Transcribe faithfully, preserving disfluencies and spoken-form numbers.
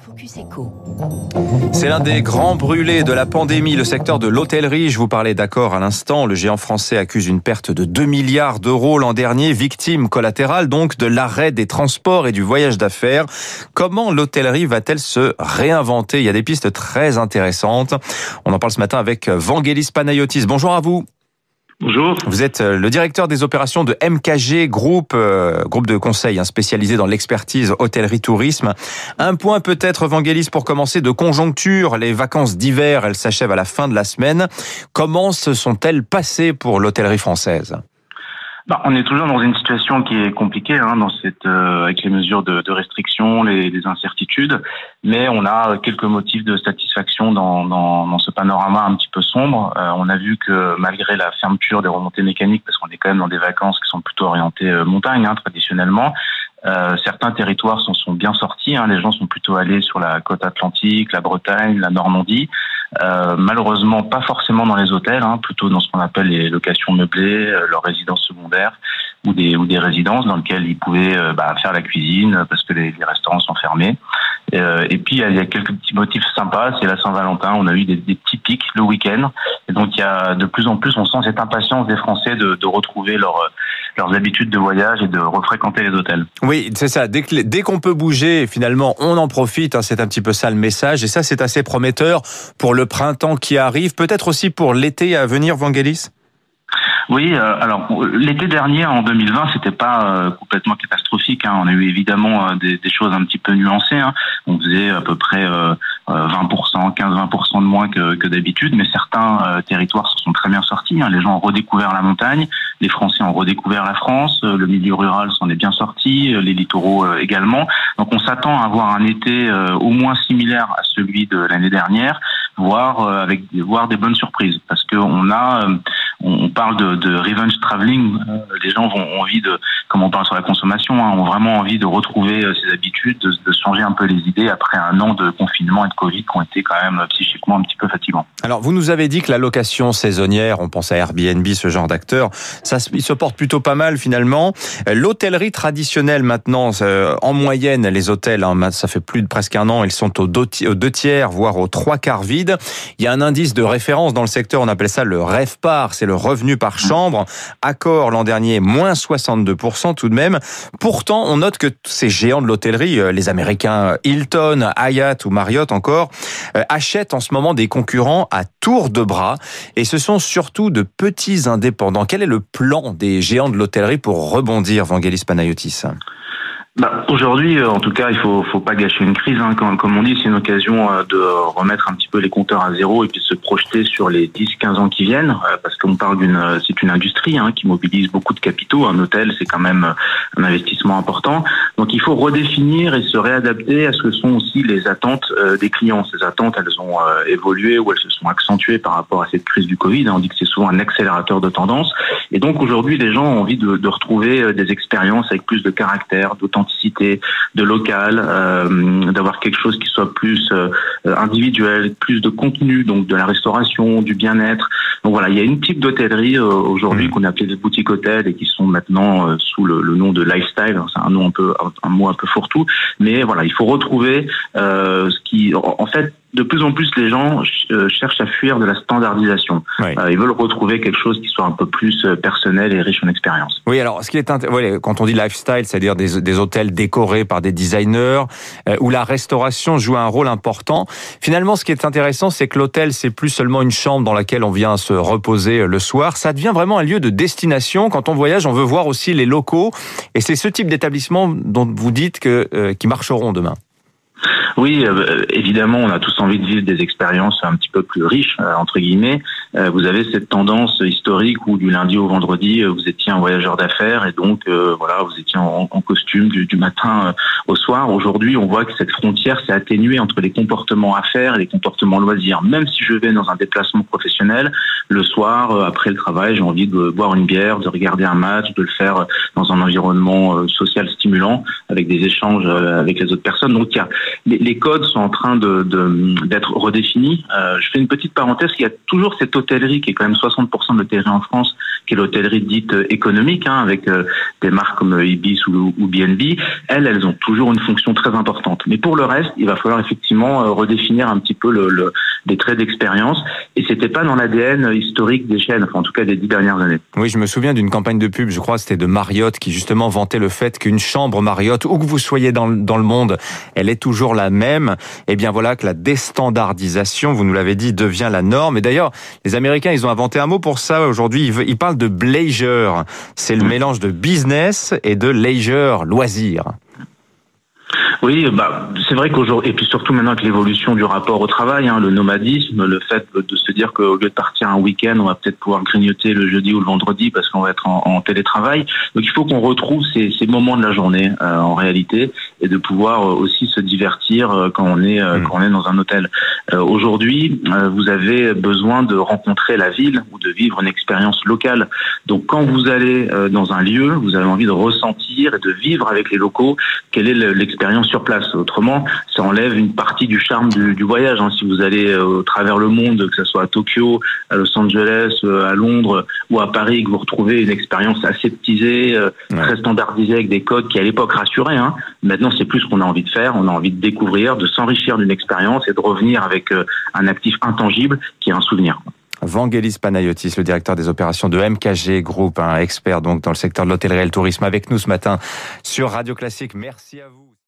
Focus Echo. C'est l'un des grands brûlés de la pandémie, le secteur de l'hôtellerie. Je vous parlais d'accord à l'instant. Le géant français accuse une perte de deux milliards d'euros l'an dernier, victime collatérale donc de l'arrêt des transports et du voyage d'affaires. Comment l'hôtellerie va-t-elle se réinventer? Il y a des pistes très intéressantes. On en parle ce matin avec Vangelis Panayotis. Bonjour à vous. Bonjour. Vous êtes le directeur des opérations de M K G Group, euh, groupe de conseil hein, spécialisé dans l'expertise hôtellerie-tourisme. Un point peut-être, Vangelis, pour commencer, de conjoncture. Les vacances d'hiver, elles s'achèvent à la fin de la semaine. Comment se sont-elles passées pour l'hôtellerie française ? Bah, on est toujours dans une situation qui est compliquée, hein, dans cette, euh, avec les mesures de, de restriction, les, les incertitudes, mais on a quelques motifs de satisfaction dans, dans, dans ce panorama un petit peu sombre. Euh, on a vu que malgré la fermeture des remontées mécaniques, parce qu'on est quand même dans des vacances qui sont plutôt orientées euh, montagne, hein, traditionnellement, euh, certains territoires s'en sont bien sortis. Hein, les gens sont plutôt allés sur la côte atlantique, la Bretagne, la Normandie. Euh, malheureusement, pas forcément dans les hôtels, hein, plutôt dans ce qu'on appelle les locations meublées, euh, leurs résidences secondaires ou des ou des résidences dans lesquelles ils pouvaient euh, bah, faire la cuisine parce que les, les restaurants sont fermés. Euh, et puis il y a quelques petits motifs sympas. C'est la Saint-Valentin. On a eu des, des petits pics le week-end. Et donc il y a de plus en plus, on sent cette impatience des Français de, de retrouver leur, leurs habitudes de voyage et de refréquenter les hôtels. Oui, c'est ça. Dès, que, dès qu'on peut bouger, finalement, on en profite. Hein, c'est un petit peu ça le message. Et ça, c'est assez prometteur pour le printemps qui arrive. Peut-être aussi pour l'été à venir, Vangelis ? Oui, euh, alors l'été dernier, en deux mille vingt, c'était pas euh, complètement catastrophique. Hein. On a eu évidemment euh, des, des choses un petit peu nuancées. Hein. On faisait à peu près euh, vingt pour cent, quinze à vingt pour cent de moins que, que d'habitude, mais certains euh, territoires se sont très bien sortis. Hein. Les gens ont redécouvert la montagne, les Français ont redécouvert la France, euh, le milieu rural s'en est bien sorti, euh, les littoraux euh, également. Donc on s'attend à avoir un été euh, au moins similaire à celui de l'année dernière, voire euh, avec voire des bonnes surprises, parce que on a euh, on parle de, de revenge traveling. Les gens ont envie de, comme on parle sur la consommation, hein, ont vraiment envie de retrouver ses habitudes, de, de changer un peu les idées après un an de confinement et de Covid qui ont été quand même psychiquement un petit peu fatigants. Alors, vous nous avez dit que la location saisonnière, on pense à Airbnb, ce genre d'acteurs, ça il se porte plutôt pas mal finalement. L'hôtellerie traditionnelle maintenant, en moyenne, les hôtels, hein, ça fait plus de presque un an, ils sont aux deux tiers, voire aux trois quarts vides. Il y a un indice de référence dans le secteur, on appelle ça le RevPAR, c'est le revenu par chambre. Accor l'an dernier, moins soixante-deux pour cent tout de même. Pourtant, on note que ces géants de l'hôtellerie, les Américains Hilton, Hyatt ou Marriott encore, achètent en ce moment des concurrents à tour de bras. Et ce sont surtout de petits indépendants. Quel est le plan des géants de l'hôtellerie pour rebondir, Vangelis Panayotis ? Bah, aujourd'hui, en tout cas, il faut, faut pas gâcher une crise. Hein. Comme, comme on dit, c'est une occasion de remettre un petit peu les compteurs à zéro et puis de se projeter sur les dix à quinze ans qui viennent, parce qu'on parle d'une, c'est une industrie hein, qui mobilise beaucoup de capitaux. Un hôtel, c'est quand même un investissement important. Donc, il faut redéfinir et se réadapter à ce que sont aussi les attentes des clients. Ces attentes, elles ont évolué ou elles se sont accentuées par rapport à cette crise du Covid. On dit que c'est souvent un accélérateur de tendance. Et donc, aujourd'hui, les gens ont envie de, de retrouver des expériences avec plus de caractère, d'authenticité, de local, euh, d'avoir quelque chose qui soit plus euh, individuel, plus de contenu, donc de la restauration, du bien-être. Donc voilà, il y a une type d'hôtellerie euh, aujourd'hui mmh. qu'on appelait des boutiques hôtels et qui sont maintenant euh, sous le, le nom de lifestyle. C'est un nom un peu, un mot un peu fourre-tout, mais voilà, il faut retrouver euh, ce qui, en, en fait. De plus en plus, les gens cherchent à fuir de la standardisation. Oui. Euh, ils veulent retrouver quelque chose qui soit un peu plus personnel et riche en expérience. Oui, alors ce qui est int... ouais, quand on dit lifestyle, c'est-à-dire des, des hôtels décorés par des designers, euh, où la restauration joue un rôle important. Finalement, ce qui est intéressant, c'est que l'hôtel, c'est plus seulement une chambre dans laquelle on vient se reposer le soir. Ça devient vraiment un lieu de destination. Quand on voyage, on veut voir aussi les locaux. Et c'est ce type d'établissement dont vous dites que euh, qui marcheront demain. Oui, euh, évidemment, on a tous envie de vivre des expériences un petit peu plus riches, euh, entre guillemets. Euh, vous avez cette tendance historique où du lundi au vendredi, euh, vous étiez un voyageur d'affaires et donc euh, voilà, vous étiez en, en costume du, du matin euh, au soir. Aujourd'hui, on voit que cette frontière s'est atténuée entre les comportements affaires et les comportements loisirs. Même si je vais dans un déplacement professionnel, le soir, euh, après le travail, j'ai envie de boire une bière, de regarder un match, de le faire dans un environnement euh, social stimulant, avec des échanges euh, avec les autres personnes. Donc, il y a les, les codes sont en train de, de, d'être redéfinis. Euh, je fais une petite parenthèse, il y a toujours cette hôtellerie, qui est quand même soixante pour cent de l'hôtellerie en France, qui est l'hôtellerie dite économique, hein, avec euh, des marques comme Ibis ou, ou B and B, elles, elles ont toujours une fonction très importante. Mais pour le reste, il va falloir effectivement euh, redéfinir un petit peu le, le, des traits d'expérience. Et c'était pas dans l'A D N historique des chaînes, enfin en tout cas des dix dernières années. Oui, je me souviens d'une campagne de pub, je crois que c'était de Marriott, qui justement vantait le fait qu'une chambre Marriott, où que vous soyez dans, dans le monde, elle est toujours la même. Et bien voilà que la déstandardisation, vous nous l'avez dit, devient la norme. Et d'ailleurs, les Américains, ils ont inventé un mot pour ça aujourd'hui. Ils, ils parlent de bleisure. C'est le mélange de business et de leisure, loisir. Oui, bah c'est vrai qu'aujourd'hui, et puis surtout maintenant avec l'évolution du rapport au travail, hein, le nomadisme, le fait de se dire qu'au lieu de partir un week-end, on va peut-être pouvoir grignoter le jeudi ou le vendredi parce qu'on va être en, en télétravail. Donc il faut qu'on retrouve ces, ces moments de la journée euh, en réalité, et de pouvoir aussi se divertir euh, quand on est euh, mmh. quand on est dans un hôtel. Euh, aujourd'hui, euh, vous avez besoin de rencontrer la ville ou de vivre une expérience locale. Donc quand vous allez euh, dans un lieu, vous avez envie de ressentir et de vivre avec les locaux quelle est l'expérience sur place. Autrement, ça enlève une partie du charme du, du voyage. Hein. Si vous allez euh, au travers le monde, que ce soit à Tokyo, à Los Angeles, euh, à Londres ou à Paris, que vous retrouvez une expérience aseptisée, euh, ouais. très standardisée avec des codes qui à l'époque rassuraient. Hein. Maintenant, c'est plus ce qu'on a envie de faire. On a envie de découvrir, de s'enrichir d'une expérience et de revenir avec euh, un actif intangible qui est un souvenir. Vangelis Panayotis, le directeur des opérations de M K G Group, un expert donc dans le secteur de l'hôtellerie et le tourisme, avec nous ce matin sur Radio Classique. Merci à vous.